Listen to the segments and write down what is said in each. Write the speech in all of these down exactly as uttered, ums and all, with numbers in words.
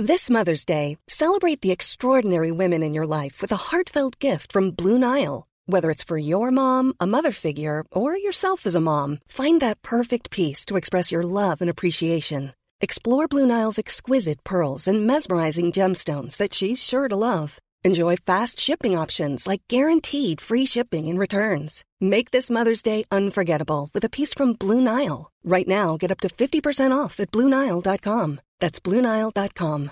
This Mother's Day, celebrate the extraordinary women in your life with a heartfelt gift from Blue Nile. Whether it's for your mom, a mother figure, or yourself as a mom, find that perfect piece to express your love and appreciation. Explore Blue Nile's exquisite pearls and mesmerizing gemstones that she's sure to love. Enjoy fast shipping options like guaranteed free shipping and returns. Make this Mother's Day unforgettable with a piece from Blue Nile. Right now, get up to fifty percent off at Blue Nile dot com. That's Blue Nile dot com.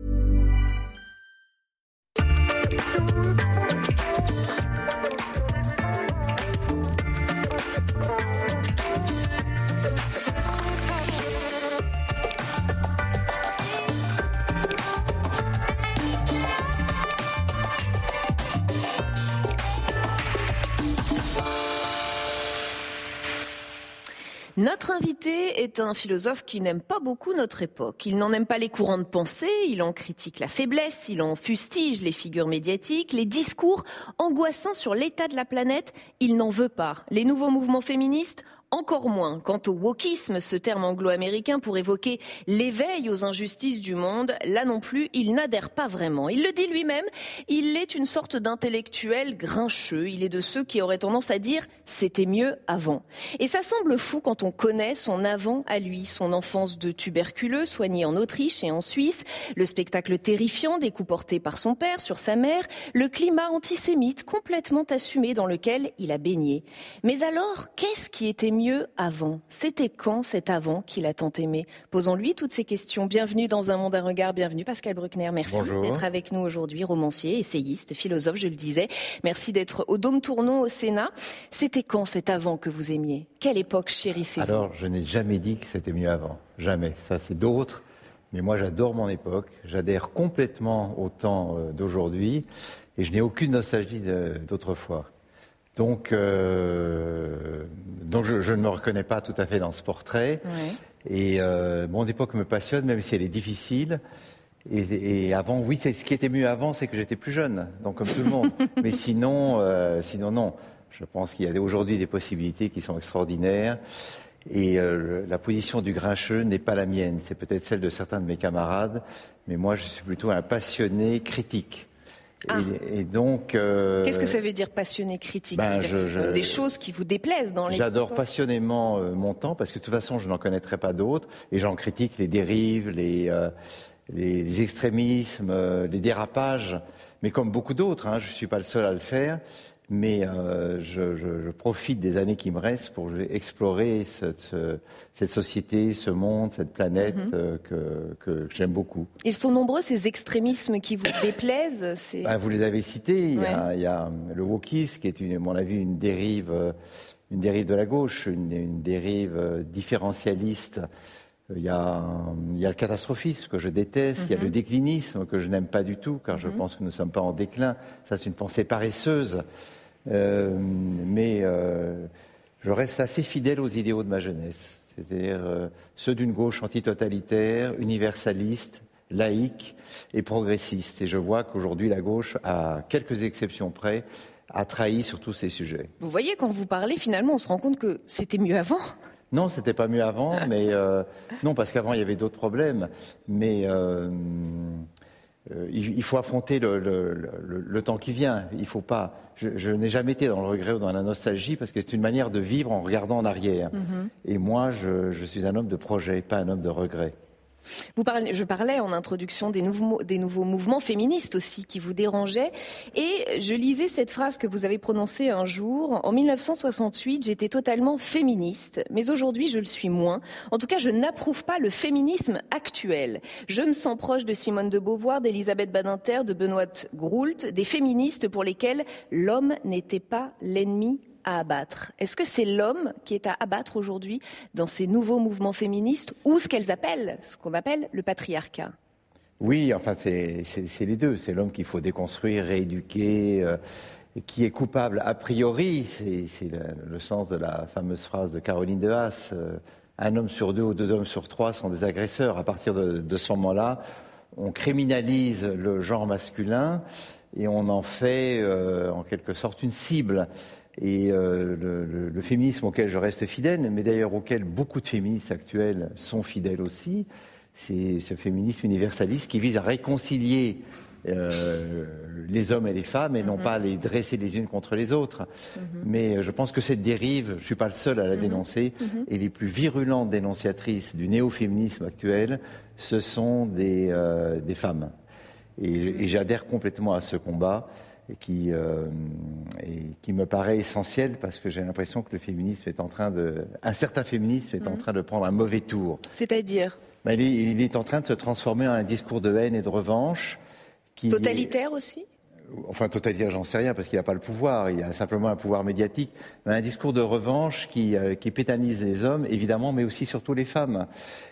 Notre invité est un philosophe qui n'aime pas beaucoup notre époque. Il n'en aime pas les courants de pensée, il en critique la faiblesse, il en fustige les figures médiatiques, les discours angoissants sur l'état de la planète, il n'en veut pas. Les nouveaux mouvements féministes, encore moins. Quant au wokisme, ce terme anglo-américain pour évoquer l'éveil aux injustices du monde, là non plus, il n'adhère pas vraiment. Il le dit lui-même, il est une sorte d'intellectuel grincheux. Il est de ceux qui auraient tendance à dire « c'était mieux avant ». Et ça semble fou quand on connaît son avant à lui, son enfance de tuberculeux, soigné en Autriche et en Suisse, le spectacle terrifiant des coups portés par son père sur sa mère, le climat antisémite complètement assumé dans lequel il a baigné. Mais alors, qu'est-ce qui était mieux avant? C'était quand cet avant qu'il a tant aimé? Posons-lui toutes ces questions. Bienvenue dans Un monde, un regard. Bienvenue Pascal Bruckner. Merci Bonjour. D'être avec nous aujourd'hui. Romancier, essayiste, philosophe, je le disais. Merci d'être au Dôme Tournon au Sénat. C'était quand cet avant que vous aimiez? Quelle époque chérissez-vous? Alors, je n'ai jamais dit que c'était mieux avant. Jamais. Ça, c'est d'autres. Mais moi, j'adore mon époque. J'adhère complètement au temps d'aujourd'hui. Et je n'ai aucune nostalgie d'autrefois. Donc, euh, donc je, je ne me reconnais pas tout à fait dans ce portrait. Ouais. Et euh, mon époque me passionne, même si elle est difficile. Et, et avant, oui, c'est, ce qui était mieux avant, c'est que j'étais plus jeune, donc comme tout le monde. Mais sinon, euh, sinon non. Je pense qu'il y a aujourd'hui des possibilités qui sont extraordinaires. Et euh, la position du grincheux n'est pas la mienne. C'est peut-être celle de certains de mes camarades. Mais moi, je suis plutôt un passionné critique. Ah. Et, et donc, euh, qu'est-ce que ça veut dire passionné critique? ben, ça veut dire je, je, des choses qui vous déplaisent dans les. J'adore passionnément euh, mon temps parce que de toute façon, je n'en connaîtrai pas d'autres. Et j'en critique les dérives, les, euh, les, les extrémismes, euh, les dérapages. Mais comme beaucoup d'autres, hein, je ne suis pas le seul à le faire. Mais euh, je, je, je profite des années qui me restent pour explorer cette, cette société, ce monde, cette planète mm-hmm. euh, que, que j'aime beaucoup. Ils sont nombreux ces extrémismes qui vous déplaisent? C'est... Ben, vous les avez cités. Il, ouais. y a, il y a le wokisme qui est, une, à mon avis, une dérive, une dérive de la gauche, une, une dérive différentialiste. Il y, a, il y a le catastrophisme que je déteste, mm-hmm. il y a le déclinisme que je n'aime pas du tout, car mm-hmm. je pense que nous ne sommes pas en déclin. Ça, c'est une pensée paresseuse. Euh, mais euh, je reste assez fidèle aux idéaux de ma jeunesse, c'est-à-dire euh, ceux d'une gauche antitotalitaire, universaliste, laïque et progressiste. Et je vois qu'aujourd'hui, la gauche, à quelques exceptions près, a trahi sur tous ces sujets. Vous voyez, quand vous parlez, finalement, on se rend compte que c'était mieux avant. Non, c'était pas mieux avant, mais euh, non, parce qu'avant il y avait d'autres problèmes. Mais euh, euh, il, il faut affronter le, le, le, le temps qui vient. Il faut pas. Je, je n'ai jamais été dans le regret ou dans la nostalgie parce que c'est une manière de vivre en regardant en arrière. Mm-hmm. Et moi, je, je suis un homme de projet, pas un homme de regret. Vous parlez, je parlais en introduction des nouveaux, des nouveaux mouvements féministes aussi qui vous dérangeaient. Et je lisais cette phrase que vous avez prononcée un jour. En mille neuf cent soixante-huit, j'étais totalement féministe, mais aujourd'hui je le suis moins. En tout cas, je n'approuve pas le féminisme actuel. Je me sens proche de Simone de Beauvoir, d'Elisabeth Badinter, de Benoît Groult, des féministes pour lesquelles l'homme n'était pas l'ennemi à abattre. Est-ce que c'est l'homme qui est à abattre aujourd'hui dans ces nouveaux mouvements féministes ou ce qu'elles appellent, ce qu'on appelle le patriarcat? Oui, enfin c'est, c'est, c'est les deux. C'est l'homme qu'il faut déconstruire, rééduquer, euh, qui est coupable a priori. C'est, c'est le, le sens de la fameuse phrase de Caroline de Haas. Euh, un homme sur deux ou deux hommes sur trois sont des agresseurs. À partir de, de ce moment-là, on criminalise le genre masculin et on en fait euh, en quelque sorte une cible. Et euh, le, le, le féminisme auquel je reste fidèle, mais d'ailleurs auquel beaucoup de féministes actuels sont fidèles aussi, C'est ce féminisme universaliste qui vise à réconcilier euh, les hommes et les femmes et mm-hmm. non pas à les dresser les unes contre les autres. Mm-hmm. Mais je pense que cette dérive, je ne suis pas le seul à la mm-hmm. dénoncer, mm-hmm. et les plus virulentes dénonciatrices du néo-féminisme actuel, ce sont des, euh, des femmes. Et, et j'adhère complètement à ce combat et qui, euh, et qui me paraît essentiel parce que j'ai l'impression que le féminisme est en train de... Un certain féminisme est mmh. en train de prendre un mauvais tour. C'est-à-dire ? Ben, il, est, il est en train de se transformer en un discours de haine et de revanche. Qui totalitaire est... aussi ? Enfin, totalitaire, j'en sais rien, parce qu'il n'a pas le pouvoir, il a simplement un pouvoir médiatique. Mais un discours de revanche qui, euh, qui pénalise les hommes, évidemment, mais aussi surtout les femmes.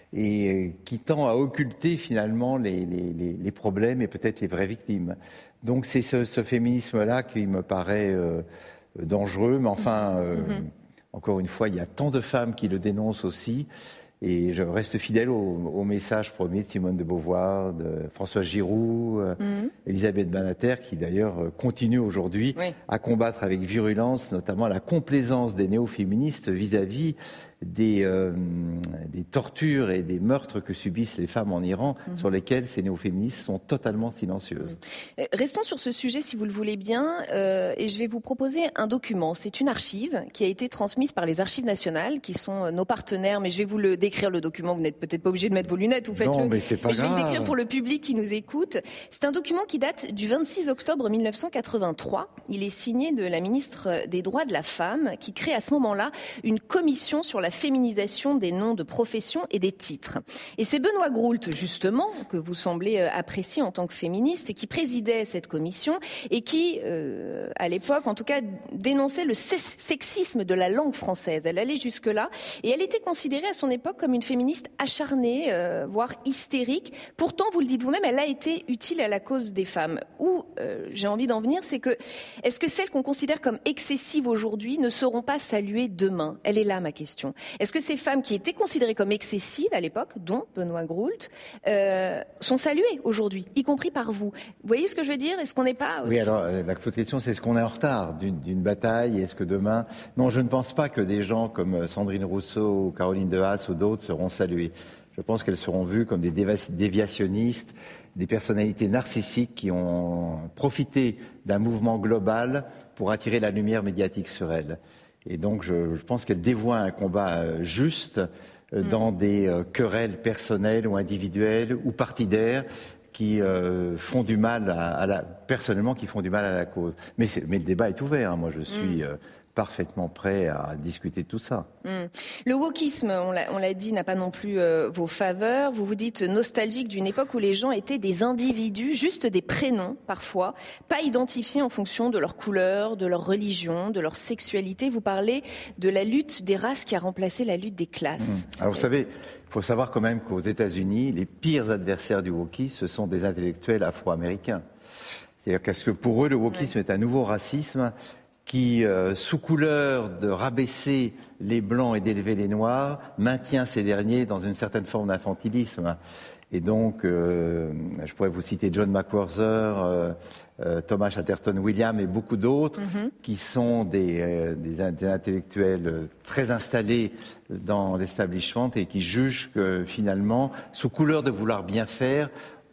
Et qui tend à occulter finalement les, les, les, les problèmes et peut-être les vraies victimes. Donc c'est ce, ce féminisme-là qui me paraît euh, dangereux, mais enfin, euh, mm-hmm. encore une fois, il y a tant de femmes qui le dénoncent aussi, et je reste fidèle au, au message premier de Simone de Beauvoir, de Françoise Giroud, euh, mm-hmm. Elisabeth Badinter, qui d'ailleurs continue aujourd'hui oui. à combattre avec virulence, notamment la complaisance des néo-féministes vis-à-vis Des, euh, des tortures et des meurtres que subissent les femmes en Iran, mmh. sur lesquels ces néo-féministes sont totalement silencieuses. Mmh. Restons sur ce sujet, si vous le voulez bien, euh, et je vais vous proposer un document. C'est une archive qui a été transmise par les Archives nationales, qui sont nos partenaires, mais je vais vous le décrire, le document. Vous n'êtes peut-être pas obligé de mettre vos lunettes, vous faites-le. Non, mais c'est pas mais je vais grave. le décrire pour le public qui nous écoute. C'est un document qui date du vingt-six octobre mille neuf cent quatre-vingt-trois. Il est signé de la ministre des Droits de la Femme, qui crée à ce moment-là une commission sur la féminisation des noms de professions et des titres. Et c'est Benoît Groult, justement, que vous semblez apprécier en tant que féministe, qui présidait cette commission et qui, euh, à l'époque, en tout cas, dénonçait le sexisme de la langue française. Elle allait jusque-là et elle était considérée à son époque comme une féministe acharnée, euh, voire hystérique. Pourtant, vous le dites vous-même, elle a été utile à la cause des femmes. Où euh, j'ai envie d'en venir, c'est que, est-ce que celles qu'on considère comme excessives aujourd'hui ne seront pas saluées demain ? Elle est là, ma question. Est-ce que ces femmes qui étaient considérées comme excessives à l'époque, dont Benoît Groult, euh, sont saluées aujourd'hui, y compris par vous ? Vous voyez ce que je veux dire ? Est-ce qu'on n'est pas aussi... Oui, alors la question, c'est est-ce qu'on est en retard d'une, d'une bataille ? Est-ce que demain... Non, je ne pense pas que des gens comme Sandrine Rousseau, ou Caroline de Haas ou d'autres seront salués. Je pense qu'elles seront vues comme des déviationnistes, des personnalités narcissiques qui ont profité d'un mouvement global pour attirer la lumière médiatique sur elles. Et donc, je, je pense qu'elle dévoie un combat euh, juste euh, mmh. dans des euh, querelles personnelles ou individuelles ou partidaires qui euh, font du mal à, à la, personnellement, qui font du mal à la cause. Mais, c'est, mais le débat est ouvert. Hein. Moi, je suis euh, parfaitement prêt à discuter de tout ça. Mmh. Le wokisme, on l'a, on l'a dit, n'a pas non plus euh, vos faveurs. Vous vous dites nostalgique d'une époque où les gens étaient des individus, juste des prénoms parfois, pas identifiés en fonction de leur couleur, de leur religion, de leur sexualité. Vous parlez de la lutte des races qui a remplacé la lutte des classes. Mmh. Alors vous savez, il faut savoir quand même qu'aux États-Unis, les pires adversaires du wokisme, ce sont des intellectuels afro-américains. C'est-à-dire que pour eux, le wokisme ouais. est un nouveau racisme qui, euh, sous couleur de rabaisser les Blancs et d'élever les Noirs, maintient ces derniers dans une certaine forme d'infantilisme. Et donc, euh, je pourrais vous citer John McWhorter, euh, euh, Thomas Chatterton Williams et beaucoup d'autres, mm-hmm. qui sont des, euh, des, des intellectuels très installés dans l'establishment et qui jugent que, finalement, sous couleur de vouloir bien faire,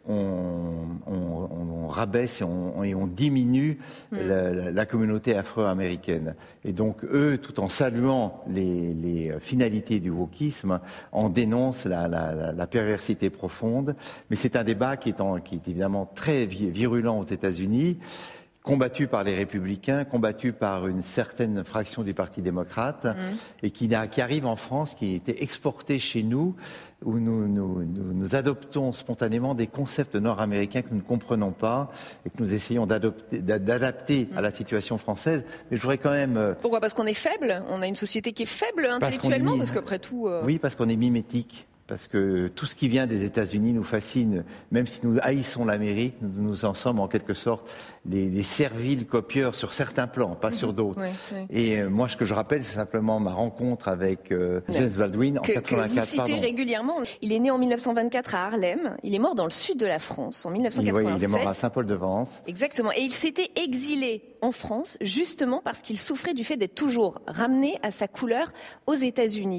On, on, on rabaisse et on, et on diminue mmh. la, la, la communauté afro-américaine. Et donc, eux, tout en saluant les, les finalités du wokisme, en dénoncent la, la, la, la perversité profonde. Mais c'est un débat qui est, en, qui est évidemment très virulent aux États-Unis, combattu par les républicains, combattu par une certaine fraction du Parti démocrate, mmh. et qui, qui arrive en France, qui était exporté chez nous, où nous, nous, nous, nous adoptons spontanément des concepts nord-américains que nous ne comprenons pas et que nous essayons d'adopter, d'adapter mmh. à la situation française. Mais je voudrais quand même... Pourquoi ? Parce qu'on est faible ? On a une société qui est faible intellectuellement ? Parce, parce qu'après tout... Euh... Oui, parce qu'on est mimétique. Parce que tout ce qui vient des États-Unis nous fascine, même si nous haïssons l'Amérique, nous, nous en sommes en quelque sorte les, les serviles copieurs sur certains plans, pas mmh, sur d'autres. Oui, oui. Et euh, moi, ce que je rappelle, c'est simplement ma rencontre avec euh, James oui. Baldwin en que, quatre-vingt-quatre. Que vous citez pardon. régulièrement. Il est né en mille neuf cent vingt-quatre à Harlem. Il est mort dans le sud de la France en mille neuf cent quatre-vingt-sept. Oui, il est mort à Saint-Paul-de-Vence. Exactement. Et il s'était exilé en France justement parce qu'il souffrait du fait d'être toujours ramené à sa couleur aux États-Unis.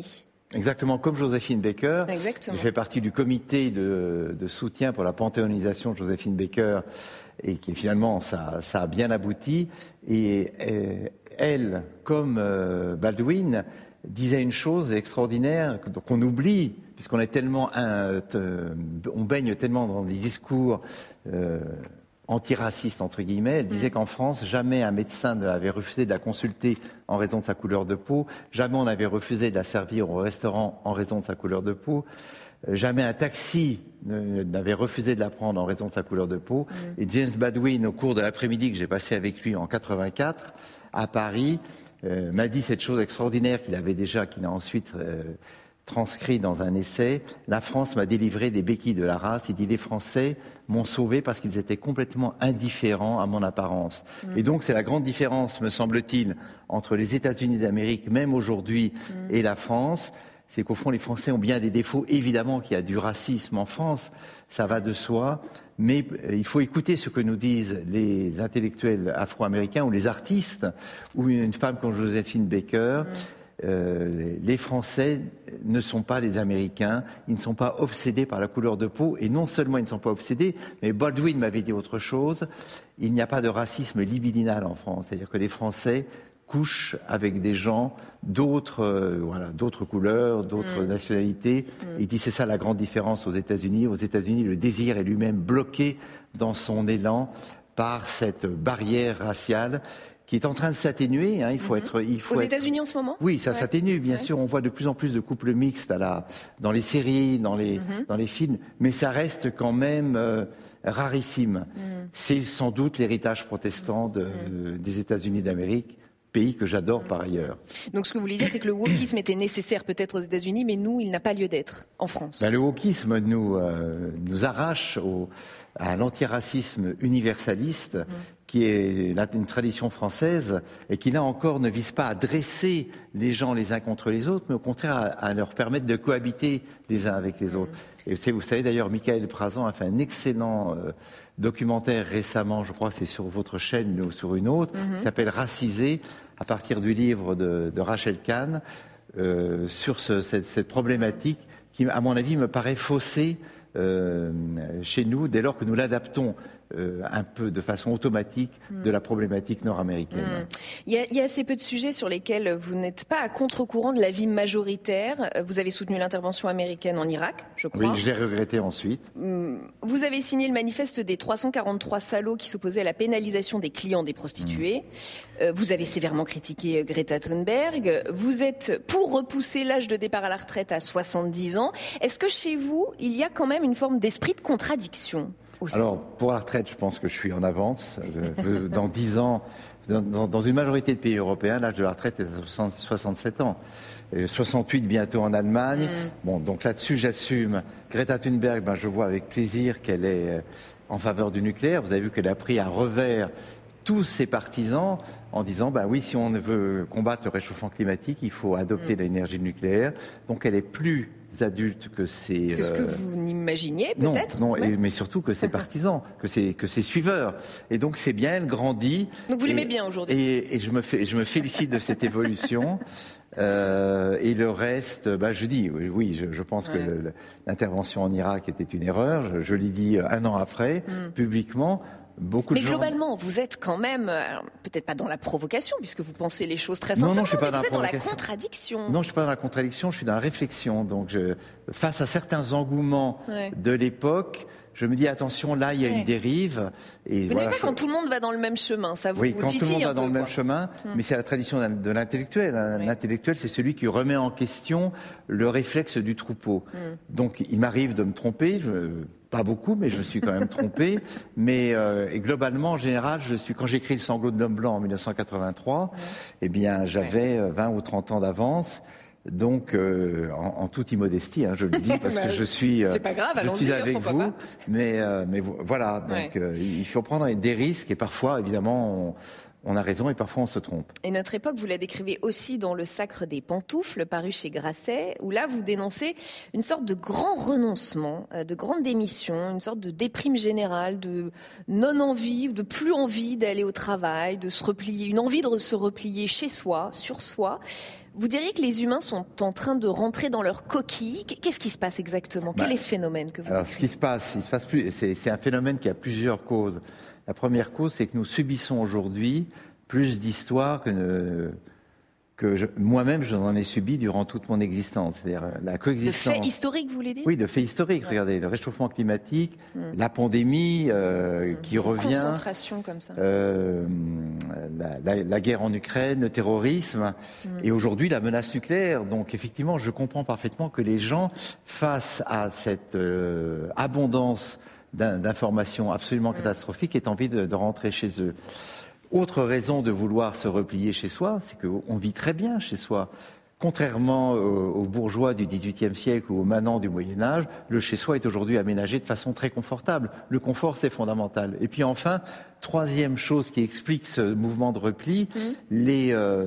Exactement, comme Joséphine Baker. Exactement. Je fais partie du comité de, de soutien pour la panthéonisation de Joséphine Baker et qui finalement, ça, ça a bien abouti. Et, et elle, comme euh, Baldwin, disait une chose extraordinaire qu'on oublie, puisqu'on est tellement, un, te, on baigne tellement dans des discours euh, antiracistes, entre guillemets. Elle disait mmh. qu'en France, jamais un médecin n'avait refusé de la consulter en raison de sa couleur de peau, jamais on avait refusé de la servir au restaurant en raison de sa couleur de peau, jamais un taxi n'avait refusé de la prendre en raison de sa couleur de peau. Mmh. Et James Baldwin, au cours de l'après-midi que j'ai passé avec lui en quatre-vingt-quatre, à Paris, euh, m'a dit cette chose extraordinaire qu'il avait déjà, qu'il a ensuite euh, transcrit dans un essai. La France m'a délivré des béquilles de la race. Il dit les Français m'ont sauvé parce qu'ils étaient complètement indifférents à mon apparence. Mmh. Et donc c'est la grande différence, me semble-t-il, entre les États-Unis d'Amérique, même aujourd'hui, mmh. et la France. C'est qu'au fond, les Français ont bien des défauts. Évidemment qu'il y a du racisme en France, ça va de soi. Mais il faut écouter ce que nous disent les intellectuels afro-américains ou les artistes, ou une femme comme Joséphine Baker. Mmh. Euh, les Français ne sont pas les Américains, ils ne sont pas obsédés par la couleur de peau, et non seulement ils ne sont pas obsédés, mais Baldwin m'avait dit autre chose, il n'y a pas de racisme libidinal en France, c'est-à-dire que les Français couchent avec des gens d'autres, euh, voilà, d'autres couleurs, d'autres mmh. nationalités. Mmh. Il dit c'est ça la grande différence aux États-Unis. Aux États-Unis, le désir est lui-même bloqué dans son élan par cette barrière raciale qui est en train de s'atténuer. Hein, il faut mmh. être. Il faut Aux être... États-Unis en ce moment ? Oui, ça ouais. s'atténue, bien ouais. sûr. On voit de plus en plus de couples mixtes à la, dans les séries, dans les, mmh. dans les films, mais ça reste quand même euh, rarissime. Mmh. C'est sans doute l'héritage protestant de, mmh. des États-Unis d'Amérique, pays que j'adore par ailleurs. Donc ce que vous voulez dire, c'est que le wokisme était nécessaire peut-être aux États-Unis, mais nous, il n'a pas lieu d'être en France. Ben, le wokisme nous, euh, nous arrache au, à l'antiracisme universaliste, mmh. qui est une tradition française et qui, là encore, ne vise pas à dresser les gens les uns contre les autres, mais au contraire à, à leur permettre de cohabiter les uns avec les autres. Et vous savez d'ailleurs, Michael Prazan a fait un excellent euh, documentaire récemment, je crois que c'est sur votre chaîne ou sur une autre, mm-hmm. qui s'appelle Racisé, à partir du livre de, de Rachel Kahn, euh, sur ce, cette, cette problématique qui, à mon avis, me paraît faussée euh, chez nous, dès lors que nous l'adaptons Euh, un peu de façon automatique mmh. de la problématique nord-américaine. Mmh. Il y a, il y a assez peu de sujets sur lesquels vous n'êtes pas à contre-courant de l'avis majoritaire. Vous avez soutenu l'intervention américaine en Irak, je crois. Oui, je l'ai regretté ensuite. Mmh. Vous avez signé le manifeste des trois cent quarante-trois salauds qui s'opposaient à la pénalisation des clients des prostituées. Mmh. Euh, vous avez sévèrement critiqué Greta Thunberg. Vous êtes pour repousser l'âge de départ à la retraite à soixante-dix ans. Est-ce que chez vous, il y a quand même une forme d'esprit de contradiction ? Aussi. Alors, pour la retraite, je pense que je suis en avance. Dans dix ans, dans, dans une majorité de pays européens, l'âge de la retraite est à soixante-sept ans. Et soixante-huit bientôt en Allemagne. Mm. Bon, donc là-dessus, j'assume. Greta Thunberg, ben, je vois avec plaisir qu'elle est en faveur du nucléaire. Vous avez vu qu'elle a pris à revers tous ses partisans en disant, ben oui, si on veut combattre le réchauffement climatique, il faut adopter mmh. l'énergie nucléaire. Donc elle est plus adulte que ses... Que ce que euh... vous n'imaginiez peut-être. Non, non et, mais surtout que ses partisans, que ses, que ses suiveurs. Et donc c'est bien, elle grandit. Donc vous et, l'aimez bien aujourd'hui. Et, et je, me fais, je me félicite de cette évolution. Euh, et le reste, bah, je dis, oui, oui je, je pense ouais. que le, l'intervention en Irak était une erreur. Je, je l'ai dit un an après, mmh. publiquement. Beaucoup mais de globalement, gens... vous êtes quand même, alors, peut-être pas dans la provocation, puisque vous pensez les choses très sincèrement, non, non, je suis pas mais dans vous la êtes dans la contradiction. Non, je ne suis pas dans la contradiction, je suis dans la réflexion. Donc, je, face à certains engouements ouais. de l'époque, je me dis, attention, là, il y a ouais. une dérive. Et vous voilà, n'aimez pas je... quand tout le monde va dans le même chemin, ça vous Oui, vous quand tout le monde va dans peu, le quoi. même chemin, hum. mais c'est la tradition de l'intellectuel. Ouais. L'intellectuel, c'est celui qui remet en question le réflexe du troupeau. Hum. Donc, il m'arrive de me tromper, je... pas beaucoup, mais je me suis quand même trompé. Mais euh, et globalement, en général, je suis quand j'ai écrit Le sanglot de l'homme blanc en mille neuf cent quatre-vingt-trois, ouais. eh bien, j'avais ouais. vingt ou trente ans d'avance. Donc, euh, en, en toute immodestie, hein, je le dis parce bah, que je suis, c'est pas grave, je suis avec vous, pas. mais euh, mais voilà. Donc, ouais. euh, il faut prendre des risques et parfois, évidemment, on, on a raison et parfois on se trompe. Et notre époque, vous la décrivez aussi dans Le Sacre des pantoufles, paru chez Grasset, où là vous dénoncez une sorte de grand renoncement, de grande démission, une sorte de déprime générale, de non-envie, de plus envie d'aller au travail, de se replier, une envie de se replier chez soi, sur soi. Vous diriez que les humains sont en train de rentrer dans leur coquille. Qu'est-ce qui se passe exactement ? Quel bah, est ce phénomène que vous Alors, ce qui se passe, il se passe plus, c'est, c'est un phénomène qui a plusieurs causes. La première cause, c'est que nous subissons aujourd'hui plus d'histoires que, ne, que je, moi-même, je n'en ai subi durant toute mon existence. C'est-à-dire la coexistence. De faits historiques, vous voulez dire ? Oui, de faits historiques. Ouais. Regardez, le réchauffement climatique, hum. la pandémie euh, hum. qui Une revient, concentration comme ça. Euh, la, la, la guerre en Ukraine, le terrorisme, hum. et aujourd'hui la menace nucléaire. Donc, effectivement, je comprends parfaitement que les gens, face à cette euh, abondance d'informations absolument catastrophiques, aient envie de, de rentrer chez eux. Autre raison de vouloir se replier chez soi, c'est qu'on vit très bien chez soi. Contrairement aux, aux bourgeois du dix-huitième siècle ou aux manants du Moyen-Âge, le chez-soi est aujourd'hui aménagé de façon très confortable. Le confort, c'est fondamental. Et puis enfin, troisième chose qui explique ce mouvement de repli, mmh. les, euh,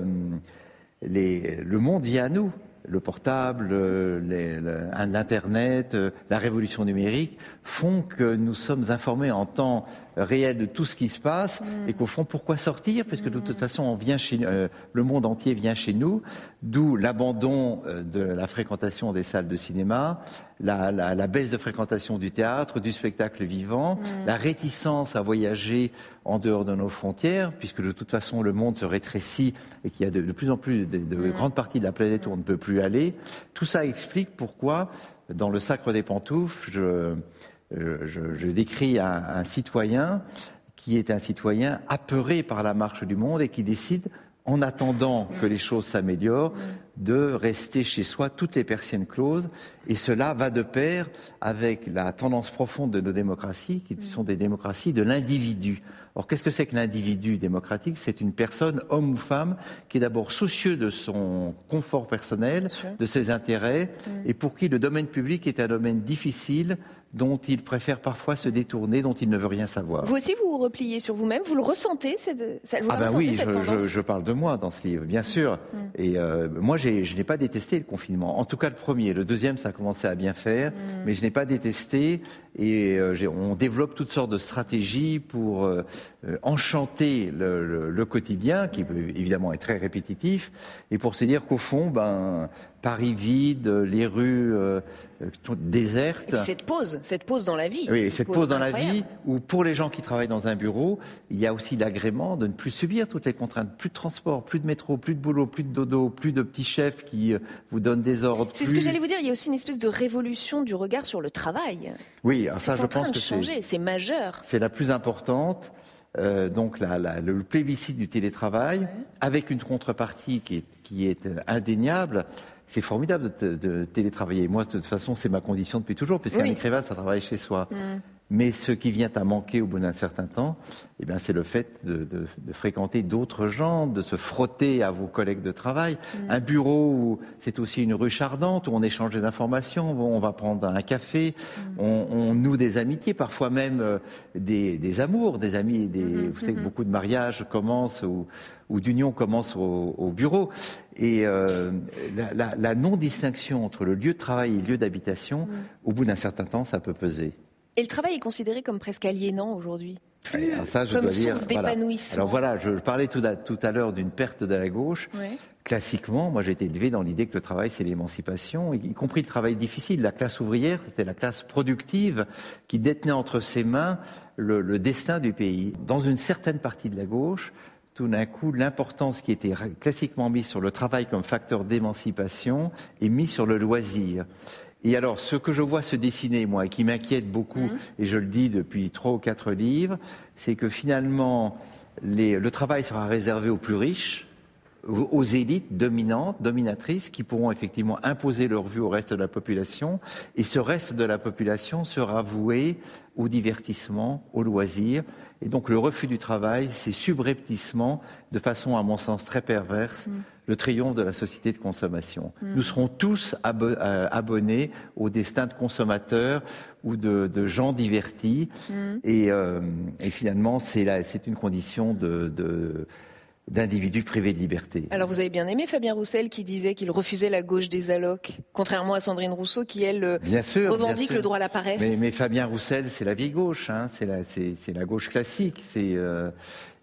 les, le monde vient à nous. Le portable, les, le, l'Internet, la révolution numérique font que nous sommes informés en temps réel de tout ce qui se passe mmh. et qu'au fond, pourquoi sortir ? Puisque de toute façon, on vient chez, euh, le monde entier vient chez nous, d'où l'abandon de la fréquentation des salles de cinéma, la, la, la baisse de fréquentation du théâtre, du spectacle vivant, mmh. la réticence à voyager en dehors de nos frontières, puisque de toute façon, le monde se rétrécit et qu'il y a de, de plus en plus de, de mmh. grandes parties de la planète où on ne peut plus aller. Tout ça explique pourquoi, dans le Sacre des Pantoufles, je... Je, je, je décris un, un citoyen qui est un citoyen apeuré par la marche du monde et qui décide, en attendant que les choses s'améliorent, de rester chez soi, toutes les persiennes closes. Et cela va de pair avec la tendance profonde de nos démocraties, qui sont des démocraties de l'individu. Or, qu'est-ce que c'est que l'individu démocratique ? C'est une personne, homme ou femme, qui est d'abord soucieux de son confort personnel, de ses intérêts, mmh. et pour qui le domaine public est un domaine difficile, dont il préfère parfois se détourner, dont il ne veut rien savoir. Vous aussi, vous vous repliez sur vous-même, vous le ressentez, cette, vous ah ben ressentez oui, cette je, tendance je, je parle de moi dans ce livre, bien sûr. Mm. Et euh, moi, j'ai, je n'ai pas détesté le confinement. En tout cas, le premier. Le deuxième, ça a commencé à bien faire, mm. mais je n'ai pas détesté. Et euh, j'ai, on développe toutes sortes de stratégies pour euh, enchanter le, le, le quotidien, qui peut évidemment est très répétitif, et pour se dire qu'au fond, ben, Paris vide, les rues euh, toutes désertes. Et puis cette pause, cette pause dans la vie. Oui, cette pause, pause dans incroyable. La vie, où pour les gens qui travaillent dans un bureau, il y a aussi l'agrément de ne plus subir toutes les contraintes. Plus de transport, plus de métro, plus de boulot, plus de dodo, plus de petits chefs qui vous donnent des ordres. C'est plus... ce que j'allais vous dire, il y a aussi une espèce de révolution du regard sur le travail. Oui, alors ça, c'est je en train pense de que changer, c'est... c'est majeur. C'est la plus importante. Euh, donc la, la, le plébiscite du télétravail, ouais. avec une contrepartie qui est, qui est indéniable. C'est formidable de, de télétravailler. Moi, de toute façon, c'est ma condition depuis toujours, puisqu'un oui. écrivain, ça travaille chez soi. Mm. Mais ce qui vient à manquer au bout d'un certain temps, eh bien, c'est le fait de, de, de fréquenter d'autres gens, de se frotter à vos collègues de travail. Mm. Un bureau, où c'est aussi une ruche ardente, où on échange des informations, on va prendre un café, mm. on, on noue des amitiés, parfois même euh, des, des amours, des amis. Des, mm-hmm. Vous savez que beaucoup de mariages commencent ou, ou d'unions commencent au, au bureau. Et euh, la, la, la non-distinction entre le lieu de travail et le lieu d'habitation, mm. au bout d'un certain temps, ça peut peser. Et le travail est considéré comme presque aliénant aujourd'hui, plus alors ça, je comme dois source dire, d'épanouissement. Voilà. Alors voilà, je parlais tout à, tout à l'heure d'une perte de la gauche. Ouais. Classiquement, moi j'ai été élevé dans l'idée que le travail c'est l'émancipation, y compris le travail difficile. La classe ouvrière, c'était la classe productive qui détenait entre ses mains le, le destin du pays. Dans une certaine partie de la gauche, tout d'un coup, l'importance qui était classiquement mise sur le travail comme facteur d'émancipation est mise sur le loisir. Et alors, ce que je vois se dessiner, moi, et qui m'inquiète beaucoup, mmh. et je le dis depuis trois ou quatre livres, c'est que finalement, les, le travail sera réservé aux plus riches, aux, aux élites dominantes, dominatrices, qui pourront effectivement imposer leur vue au reste de la population, et ce reste de la population sera voué au divertissement, au loisir. Et donc, le refus du travail, c'est subrepticement, de façon, à mon sens, très perverse, mmh. le triomphe de la société de consommation. Mmh. Nous serons tous abo- euh, abonnés au destin de consommateurs ou de, de gens divertis. Mmh. Et, euh, et finalement, c'est, la, c'est une condition de, de, d'individus privés de liberté. Alors vous avez bien aimé Fabien Roussel qui disait qu'il refusait la gauche des allocs, contrairement à Sandrine Rousseau qui, elle, bien sûr, revendique bien sûr. le droit à la paresse. Mais, mais Fabien Roussel, c'est la vieille gauche, hein, c'est, la, c'est, c'est la gauche classique. C'est, euh,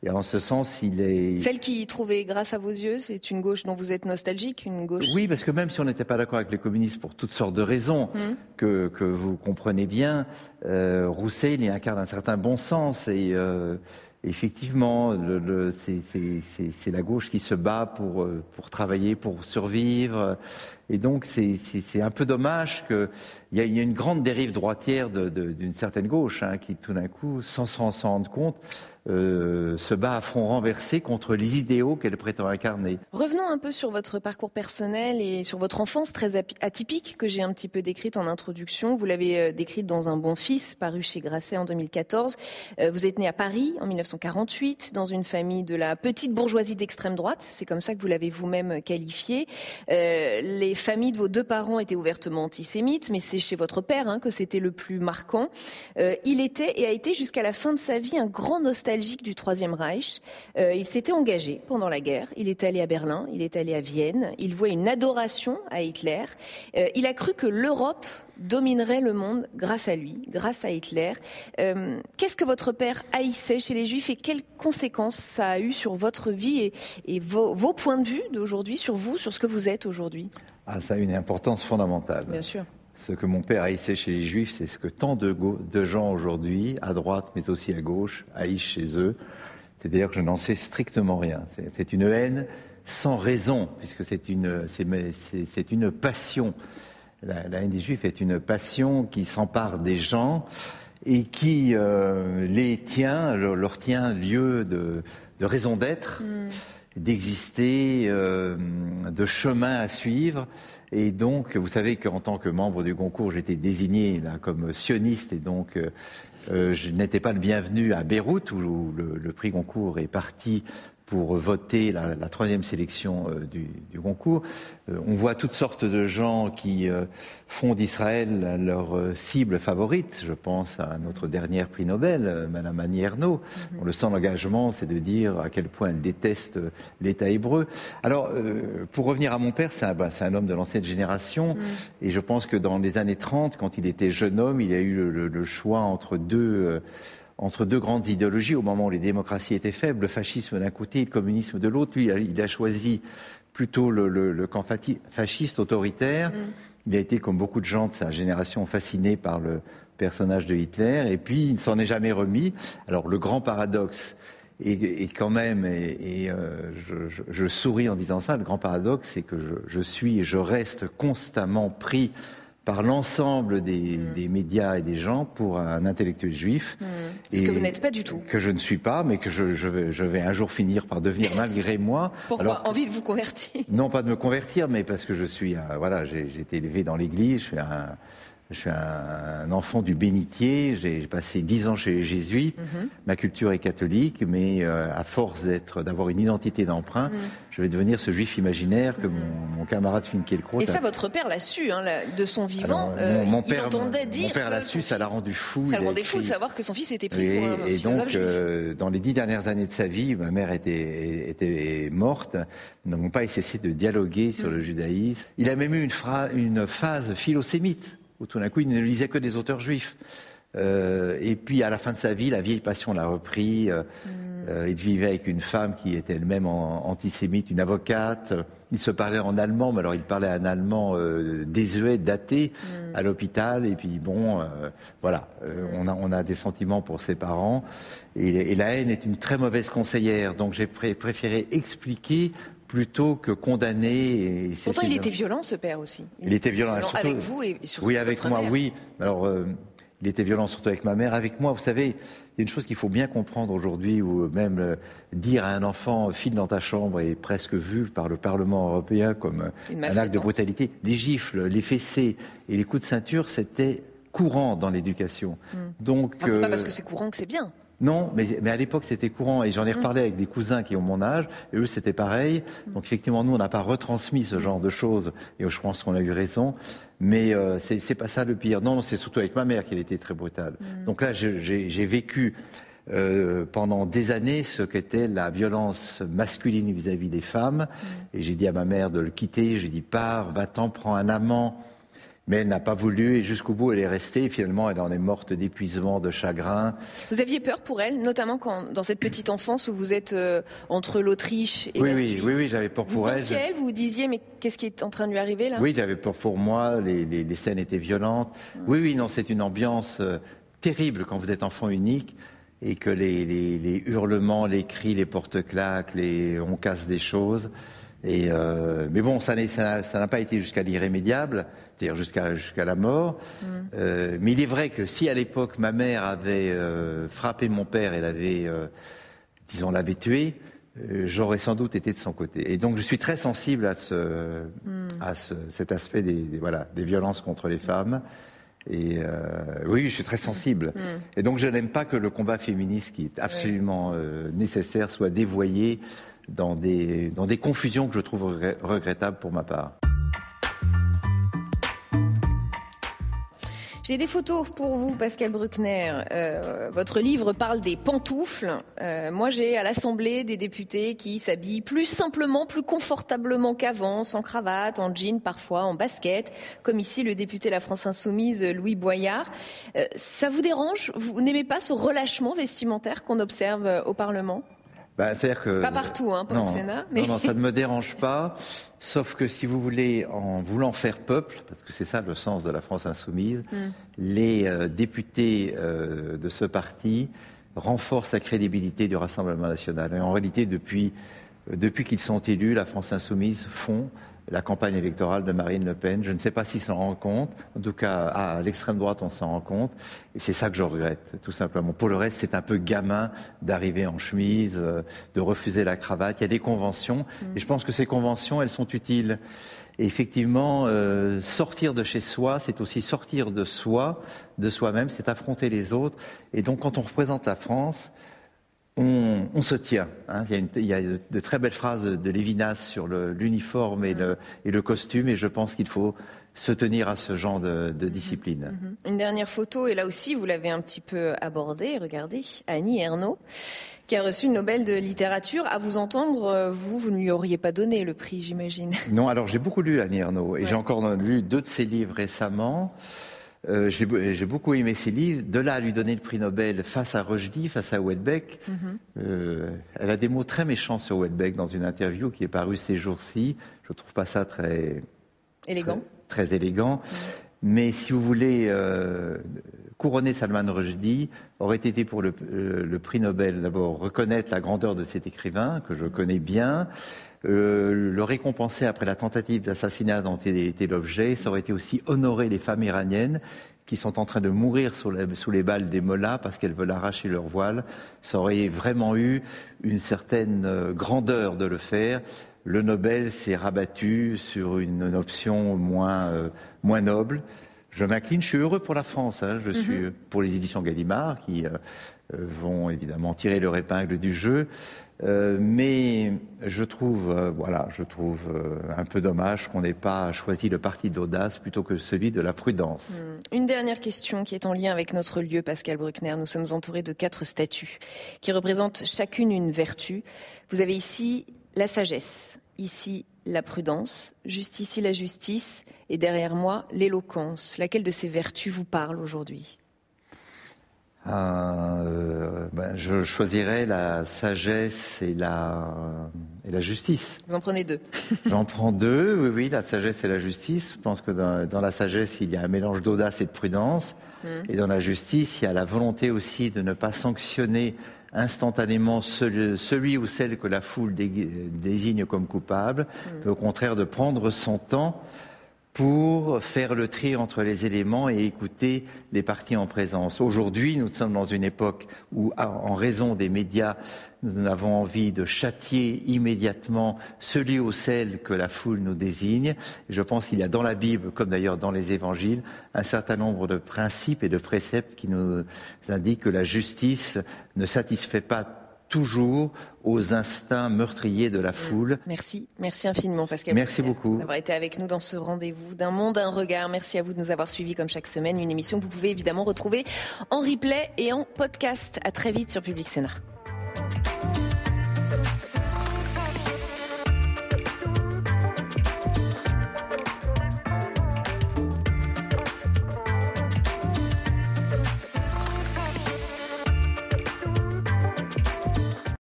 Et en ce sens, il est... Celle qui trouvait grâce à vos yeux, c'est une gauche dont vous êtes nostalgique, une gauche... Oui, parce que même si on n'était pas d'accord avec les communistes pour toutes sortes de raisons mmh. que, que vous comprenez bien, euh, Rousseil, il incarne un certain bon sens. Et euh, effectivement, le, le, c'est, c'est, c'est, c'est la gauche qui se bat pour, pour travailler, pour survivre. Et donc, c'est, c'est, c'est un peu dommage qu'il y a, il y a une grande dérive droitière de, de, d'une certaine gauche hein, qui, tout d'un coup, sans s'en rendre compte, Euh, se bat à front renversé contre les idéaux qu'elle prétend incarner. Revenons un peu sur votre parcours personnel et sur votre enfance très atypique que j'ai un petit peu décrite en introduction. Vous l'avez décrite dans Un bon fils, paru chez Grasset en deux mille quatorze. Vous êtes né à Paris en dix-neuf cent quarante-huit, dans une famille de la petite bourgeoisie d'extrême droite. C'est comme ça que vous l'avez vous-même qualifié. Euh, les familles de vos deux parents étaient ouvertement antisémites, mais c'est chez votre père hein, que c'était le plus marquant. Euh, il était et a été jusqu'à la fin de sa vie un grand nostalgique du Troisième Reich. Euh, il s'était engagé pendant la guerre. Il est allé à Berlin, il est allé à Vienne. Il voit une adoration à Hitler. Euh, il a cru que l'Europe dominerait le monde grâce à lui, grâce à Hitler. Euh, qu'est-ce que votre père haïssait chez les Juifs et quelles conséquences ça a eu sur votre vie et, et vos, vos points de vue d'aujourd'hui, sur vous, sur ce que vous êtes aujourd'hui ? Ah, ça a une importance fondamentale. Bien sûr. Ce que mon père haïssait chez les Juifs, c'est ce que tant de, go- de gens aujourd'hui, à droite mais aussi à gauche, haïssent chez eux. C'est-à-dire que je n'en sais strictement rien. C'est, c'est une haine sans raison, puisque c'est une, c'est, c'est, c'est une passion. La, la haine des Juifs est une passion qui s'empare des gens et qui euh, les tient, leur, leur tient lieu de, de raison d'être, mmh. d'exister, euh, de chemin à suivre. Et donc, vous savez qu'en tant que membre du Goncourt, j'étais désigné là, comme sioniste et donc euh, je n'étais pas le bienvenu à Beyrouth où le, le prix Goncourt est parti pour voter la, la troisième sélection euh, du, du Goncourt. Euh, on voit toutes sortes de gens qui euh, font d'Israël leur euh, cible favorite. Je pense à notre dernière prix Nobel, euh, Madame Annie Ernaux. Mm-hmm. On le sent, l'engagement, c'est de dire à quel point elle déteste euh, l'État hébreu. Alors, euh, pour revenir à mon père, c'est un, bah, c'est un homme de l'ancienne génération. Mm. Et je pense que dans les années trente, quand il était jeune homme, il a eu le, le, le choix entre deux... Euh, entre deux grandes idéologies au moment où les démocraties étaient faibles, le fascisme d'un côté et le communisme de l'autre. Lui, il a choisi plutôt le, le, le camp fasciste autoritaire. Mmh. Il a été, comme beaucoup de gens de sa génération, fasciné par le personnage de Hitler. Et puis, il ne s'en est jamais remis. Alors, le grand paradoxe, et, et quand même, et, et euh, je, je, je souris en disant ça, le grand paradoxe, c'est que je, je suis et je reste constamment pris par l'ensemble des, mmh. des médias et des gens pour un intellectuel juif. Mmh. Ce que vous n'êtes pas du tout. Que je ne suis pas, mais que je, je, vais, je vais un jour finir par devenir malgré moi. Pourquoi ? Alors, envie de vous convertir ? Non, pas de me convertir, mais parce que je suis, un, voilà, j'ai, j'ai été élevé dans l'église, je suis un... Je suis un enfant du bénitier, j'ai passé dix ans chez les jésuites, mmh. ma culture est catholique, mais euh, à force d'être, d'avoir une identité d'emprunt, mmh. je vais devenir ce juif imaginaire que mmh. mon, mon camarade Finkielkraut... Et ça, a... votre père l'a su, hein, la, de son vivant, Alors, mon, mon il père, entendait dire... Mon père l'a su, ça l'a rendu fou. Ça le rendait fou de savoir que son fils était pris et, pour un Et donc, juif. euh, dans les dix dernières années de sa vie, ma mère était, était morte, nous n'avons pas cessé de dialoguer sur mmh. le judaïsme. Il a même eu une, fra... une phase philosémite, où tout d'un coup, il ne lisait que des auteurs juifs. Euh, et puis, à la fin de sa vie, la vieille passion l'a repris. Euh, mm. euh, il vivait avec une femme qui était elle-même en, antisémite, une avocate. Il se parlait en allemand, mais alors il parlait un allemand euh, désuet, daté, mm. à l'hôpital. Et puis, bon, euh, voilà, euh, on, a, on a des sentiments pour ses parents. Et, et la haine est une très mauvaise conseillère. Donc, j'ai pré- préféré expliquer plutôt que condamner. Et Pourtant, il était violent, ce père aussi. Il, il était violent, violent surtout, avec vous et surtout oui, avec moi, mère. oui. Alors, euh, il était violent surtout avec ma mère. Avec moi, vous savez, il y a une chose qu'il faut bien comprendre aujourd'hui, ou même euh, dire à un enfant, file dans ta chambre, est presque vu par le Parlement européen comme un acte de brutalité. Les gifles, les fessées et les coups de ceinture, c'était courant dans l'éducation. Hum. Donc, enfin, c'est euh, pas parce que c'est courant que c'est bien. Non, mais, mais à l'époque, c'était courant. Et j'en ai reparlé avec des cousins qui ont mon âge. Et eux, c'était pareil. Donc, effectivement, nous, on n'a pas retransmis ce genre de choses. Et je pense qu'on a eu raison. Mais euh, c'est, c'est pas ça le pire. Non, non, c'est surtout avec ma mère qu'il était très brutal. Mmh. Donc là, j'ai, j'ai, j'ai vécu euh, pendant des années ce qu'était la violence masculine vis-à-vis des femmes. Mmh. Et j'ai dit à ma mère de le quitter. J'ai dit, pars, va-t'en, prends un amant. Mais elle n'a pas voulu et jusqu'au bout elle est restée. Et finalement elle en est morte d'épuisement, de chagrin. Vous aviez peur pour elle, notamment quand, dans cette petite enfance où vous êtes euh, entre l'Autriche et oui, la oui, Suisse. Oui, oui, j'avais peur pour vous elle. Vous pensiez à elle, vous vous disiez mais qu'est-ce qui est en train de lui arriver là? Oui, j'avais peur pour moi. Les, les, les scènes étaient violentes. Mmh. Oui, oui, non, c'est une ambiance euh, terrible quand vous êtes enfant unique et que les, les, les hurlements, les cris, les porte-claques, les on casse des choses. Et euh, mais bon, ça, ça, ça n'a pas été jusqu'à l'irrémédiable, c'est-à-dire jusqu'à jusqu'à la mort. Mmh. Euh, mais il est vrai que si à l'époque ma mère avait euh, frappé mon père, elle avait, euh, disons, l'avait tué, euh, j'aurais sans doute été de son côté. Et donc je suis très sensible à ce, mmh. à ce, cet aspect des, des voilà des violences contre les femmes. Et euh, oui, je suis très sensible. Mmh. Et donc je n'aime pas que le combat féministe, qui est absolument euh, nécessaire, soit dévoyé dans des, dans des confusions que je trouve regrettables pour ma part. J'ai des photos pour vous, Pascal Bruckner. Euh, votre livre parle des pantoufles. Euh, moi, j'ai à l'Assemblée des députés qui s'habillent plus simplement, plus confortablement qu'avant, sans cravate, en jean, parfois en basket, comme ici le député La France Insoumise, Louis Boyard. Euh, ça vous dérange? Vous n'aimez pas ce relâchement vestimentaire qu'on observe au Parlement? Ben, c'est-à-dire que, pas partout, hein, pas non, au Sénat. Mais... Non, non, ça ne me dérange pas, sauf que si vous voulez, en voulant faire peuple, parce que c'est ça le sens de La France Insoumise, mm. les euh, députés euh, de ce parti renforcent la crédibilité du Rassemblement national. Et en réalité, depuis, euh, depuis qu'ils sont élus, La France Insoumise font la campagne électorale de Marine Le Pen. Je ne sais pas s'ils s'en rendent compte. En tout cas, à l'extrême droite, on s'en rend compte. Et c'est ça que je regrette, tout simplement. Pour le reste, c'est un peu gamin d'arriver en chemise, de refuser la cravate. Il y a des conventions. Mmh. Et je pense que ces conventions, elles sont utiles. Et effectivement, euh, sortir de chez soi, c'est aussi sortir de soi, de soi-même, c'est affronter les autres. Et donc, quand on représente la France, On, on se tient. Hein. Il y a, une, il y a de, de très belles phrases de, de Lévinas sur le, l'uniforme et le, et le costume, et je pense qu'il faut se tenir à ce genre de, de discipline. Mm-hmm. Une dernière photo, et là aussi vous l'avez un petit peu abordé, regardez, Annie Ernaux, qui a reçu le Nobel de littérature. À vous entendre, vous, vous ne lui auriez pas donné le prix, j'imagine. Non, alors j'ai beaucoup lu Annie Ernaux, et ouais. j'ai encore lu deux de ses livres récemment. Euh, j'ai, j'ai beaucoup aimé ses livres. De là à lui donner le prix Nobel face à Rushdie, face à Houellebecq, mm-hmm. euh, elle a des mots très méchants sur Houellebecq dans une interview qui est parue ces jours-ci. Je trouve pas ça très élégant. Très, très élégant. Mm-hmm. Mais si vous voulez euh, couronner Salman Rushdie, aurait été pour le, euh, le prix Nobel d'abord reconnaître la grandeur de cet écrivain que je connais bien. Euh, le récompenser après la tentative d'assassinat dont il était l'objet, ça aurait été aussi honorer les femmes iraniennes qui sont en train de mourir sous les, sous les balles des mollahs parce qu'elles veulent arracher leur voile. Ça aurait vraiment eu une certaine grandeur de le faire. Le Nobel s'est rabattu sur une, une option moins, euh, moins noble. Je m'incline, je suis heureux pour la France, hein. Je suis mm-hmm. pour les éditions Gallimard qui euh, vont évidemment tirer leur épingle du jeu. Euh, mais je trouve, euh, voilà, je trouve euh, un peu dommage qu'on n'ait pas choisi le parti de l'audace plutôt que celui de la prudence. Mmh. Une dernière question qui est en lien avec notre lieu, Pascal Bruckner. Nous sommes entourés de quatre statues qui représentent chacune une vertu. Vous avez ici la sagesse, ici la prudence, juste ici la justice et derrière moi l'éloquence. Laquelle de ces vertus vous parle aujourd'hui ? Euh, ben, je choisirais la sagesse et la, et la justice. Vous en prenez deux. J'en prends deux, oui, oui, la sagesse et la justice. Je pense que dans, dans la sagesse, il y a un mélange d'audace et de prudence. Mmh. Et dans la justice, il y a la volonté aussi de ne pas sanctionner instantanément celui, celui ou celle que la foule dé, désigne comme coupable, mmh. mais au contraire de prendre son temps pour faire le tri entre les éléments et écouter les parties en présence. Aujourd'hui, nous sommes dans une époque où, en raison des médias, nous avons envie de châtier immédiatement celui ou celle que la foule nous désigne. Et je pense qu'il y a dans la Bible, comme d'ailleurs dans les évangiles, un certain nombre de principes et de préceptes qui nous indiquent que la justice ne satisfait pas toujours aux instincts meurtriers de la foule. Merci, merci infiniment Pascal. Merci beaucoup d'avoir été avec nous dans ce rendez-vous d'un monde, un regard. Merci à vous de nous avoir suivis comme chaque semaine. Une émission que vous pouvez évidemment retrouver en replay et en podcast. À très vite sur Public Sénat.